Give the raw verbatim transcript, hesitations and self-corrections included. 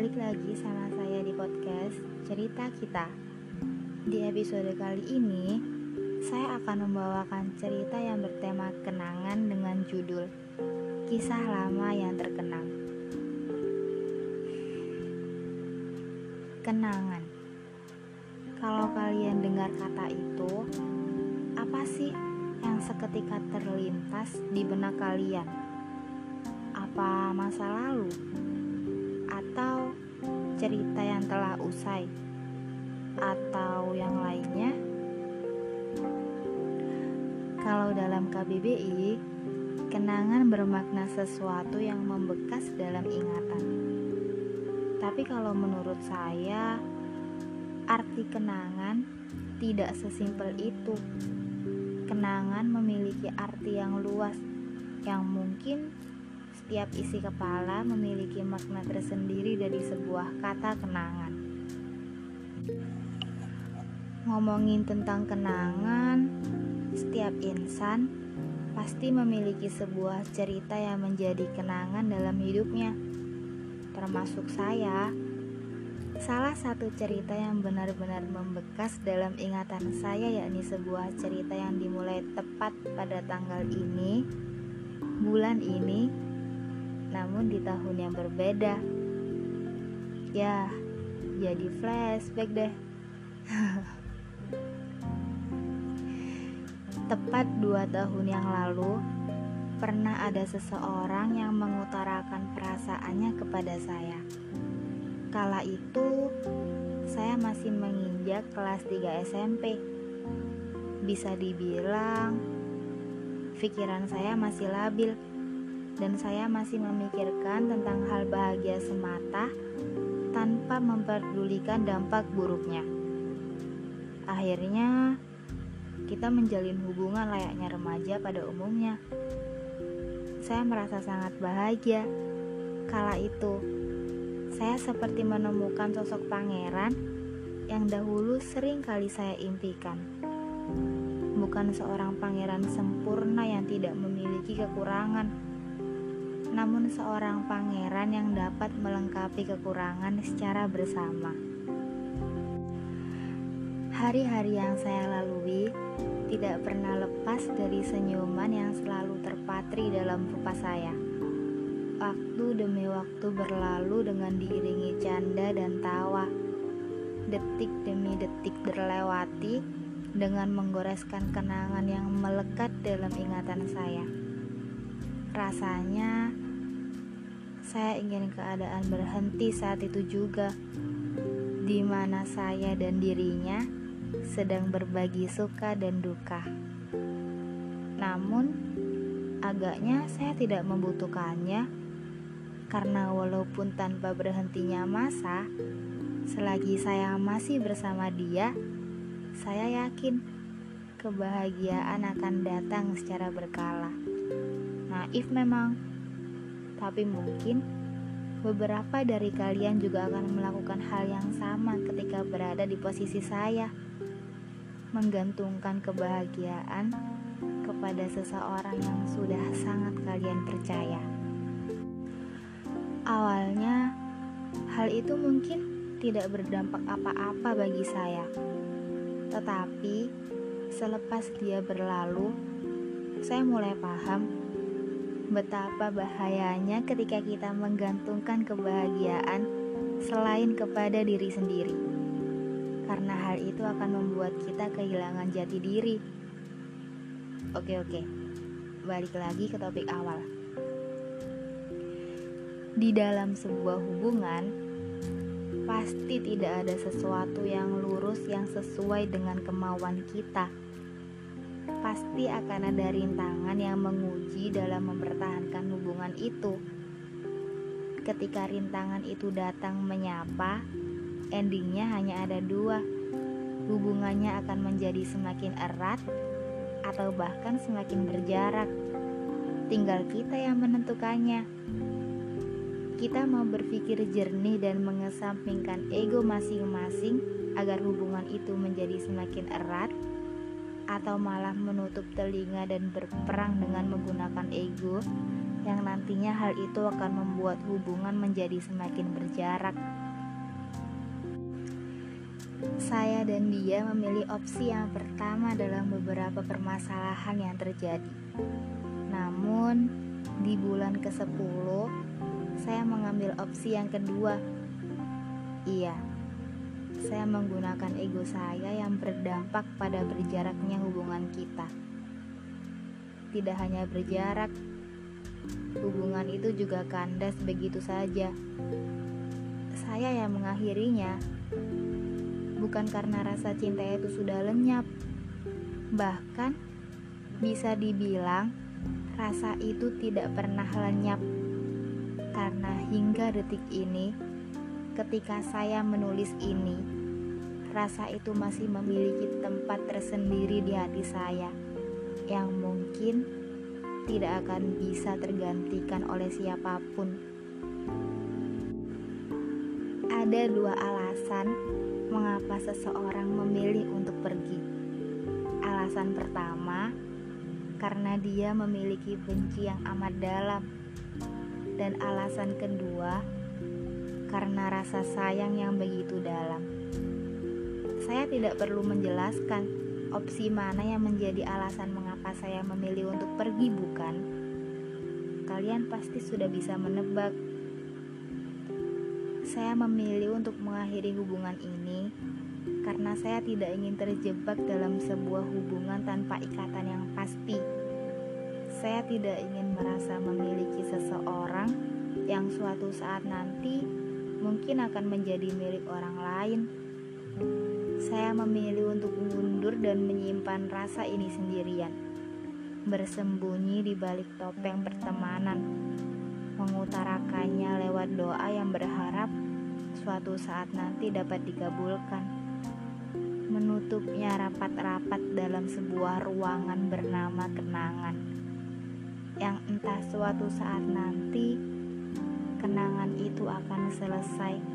Balik lagi sama saya di podcast Cerita Kita. Di episode kali ini, saya akan membawakan cerita yang bertema kenangan dengan judul Kisah Lama yang Terkenang. Kenangan. Kalau kalian dengar kata itu, apa sih yang seketika terlintas di benak kalian? Apa masa lalu? Atau cerita yang telah usai, atau yang lainnya? Kalau dalam K B B I, kenangan bermakna sesuatu yang membekas dalam ingatan. Tapi kalau menurut saya, arti kenangan tidak sesimpel itu. Kenangan memiliki arti yang luas, yang mungkin setiap isi kepala memiliki makna tersendiri dari sebuah kata kenangan. Ngomongin tentang kenangan, setiap insan pasti memiliki sebuah cerita yang menjadi kenangan dalam hidupnya. Termasuk saya. Salah satu cerita yang benar-benar membekas dalam ingatan saya yakni sebuah cerita yang dimulai tepat pada tanggal ini, bulan ini, namun di tahun yang berbeda. Ya, jadi flashback deh. Tepat dua tahun yang lalu, pernah ada seseorang yang mengutarakan perasaannya kepada saya. Kala itu, saya masih menginjak kelas tiga S M P. Bisa dibilang, pikiran saya masih labil, dan saya masih memikirkan tentang hal bahagia semata tanpa memperdulikan dampak buruknya. Akhirnya, kita menjalin hubungan layaknya remaja pada umumnya. Saya merasa sangat bahagia. Kala itu, saya seperti menemukan sosok pangeran yang dahulu sering kali saya impikan. Bukan seorang pangeran sempurna yang tidak memiliki kekurangan, namun seorang pangeran yang dapat melengkapi kekurangan secara bersama. Hari-hari yang saya lalui tidak pernah lepas dari senyuman yang selalu terpatri dalam rupa saya. Waktu demi waktu berlalu dengan diiringi canda dan tawa. Detik demi detik terlewati dengan menggoreskan kenangan yang melekat dalam ingatan saya. Rasanya saya ingin keadaan berhenti saat itu juga, di mana saya dan dirinya sedang berbagi suka dan duka. Namun, agaknya saya tidak membutuhkannya, karena walaupun tanpa berhentinya masa, selagi saya masih bersama dia, saya yakin kebahagiaan akan datang secara berkala. Naif memang, tapi mungkin beberapa dari kalian juga akan melakukan hal yang sama ketika berada di posisi saya, menggantungkan kebahagiaan kepada seseorang yang sudah sangat kalian percaya. Awalnya, hal itu mungkin tidak berdampak apa-apa bagi saya, tetapi selepas dia berlalu, saya mulai paham betapa bahayanya ketika kita menggantungkan kebahagiaan selain kepada diri sendiri, karena hal itu akan membuat kita kehilangan jati diri. Oke oke, balik lagi ke topik awal. Di dalam sebuah hubungan, pasti tidak ada sesuatu yang lurus yang sesuai dengan kemauan kita. Pasti akan ada rintangan yang menguji dalam mempertahankan hubungan itu. Ketika rintangan itu datang menyapa, endingnya hanya ada dua. Hubungannya akan menjadi semakin erat atau bahkan semakin berjarak. Tinggal kita yang menentukannya. Kita mau berpikir jernih dan mengesampingkan ego masing-masing agar hubungan itu menjadi semakin erat, atau malah menutup telinga dan berperang dengan menggunakan ego yang nantinya hal itu akan membuat hubungan menjadi semakin berjarak. Saya dan dia memilih opsi yang pertama dalam beberapa permasalahan yang terjadi. Namun, di bulan kesepuluh, saya mengambil opsi yang kedua. Iya, saya menggunakan ego saya yang berdampak pada berjaraknya hubungan kita. Tidak hanya berjarak, hubungan itu juga kandas begitu saja. Saya yang mengakhirinya, bukan karena rasa cinta itu sudah lenyap. Bahkan, bisa dibilang rasa itu tidak pernah lenyap. Karena hingga detik ini, ketika saya menulis ini, rasa itu masih memiliki tempat tersendiri di hati saya, yang mungkin tidak akan bisa tergantikan oleh siapapun. Ada dua alasan mengapa seseorang memilih untuk pergi. Alasan pertama, karena dia memiliki benci yang amat dalam. Dan alasan kedua, karena rasa sayang yang begitu dalam. Saya tidak perlu menjelaskan opsi mana yang menjadi alasan mengapa saya memilih untuk pergi, bukan? Kalian pasti sudah bisa menebak. Saya memilih untuk mengakhiri hubungan ini karena saya tidak ingin terjebak dalam sebuah hubungan tanpa ikatan yang pasti. Saya tidak ingin merasa memiliki seseorang yang suatu saat nanti mungkin akan menjadi milik orang lain. Saya memilih untuk mundur dan menyimpan rasa ini sendirian, bersembunyi di balik topeng pertemanan, mengutarakannya lewat doa yang berharap suatu saat nanti dapat dikabulkan, menutupnya rapat-rapat dalam sebuah ruangan bernama kenangan, yang entah suatu saat nanti kenangan itu akan selesai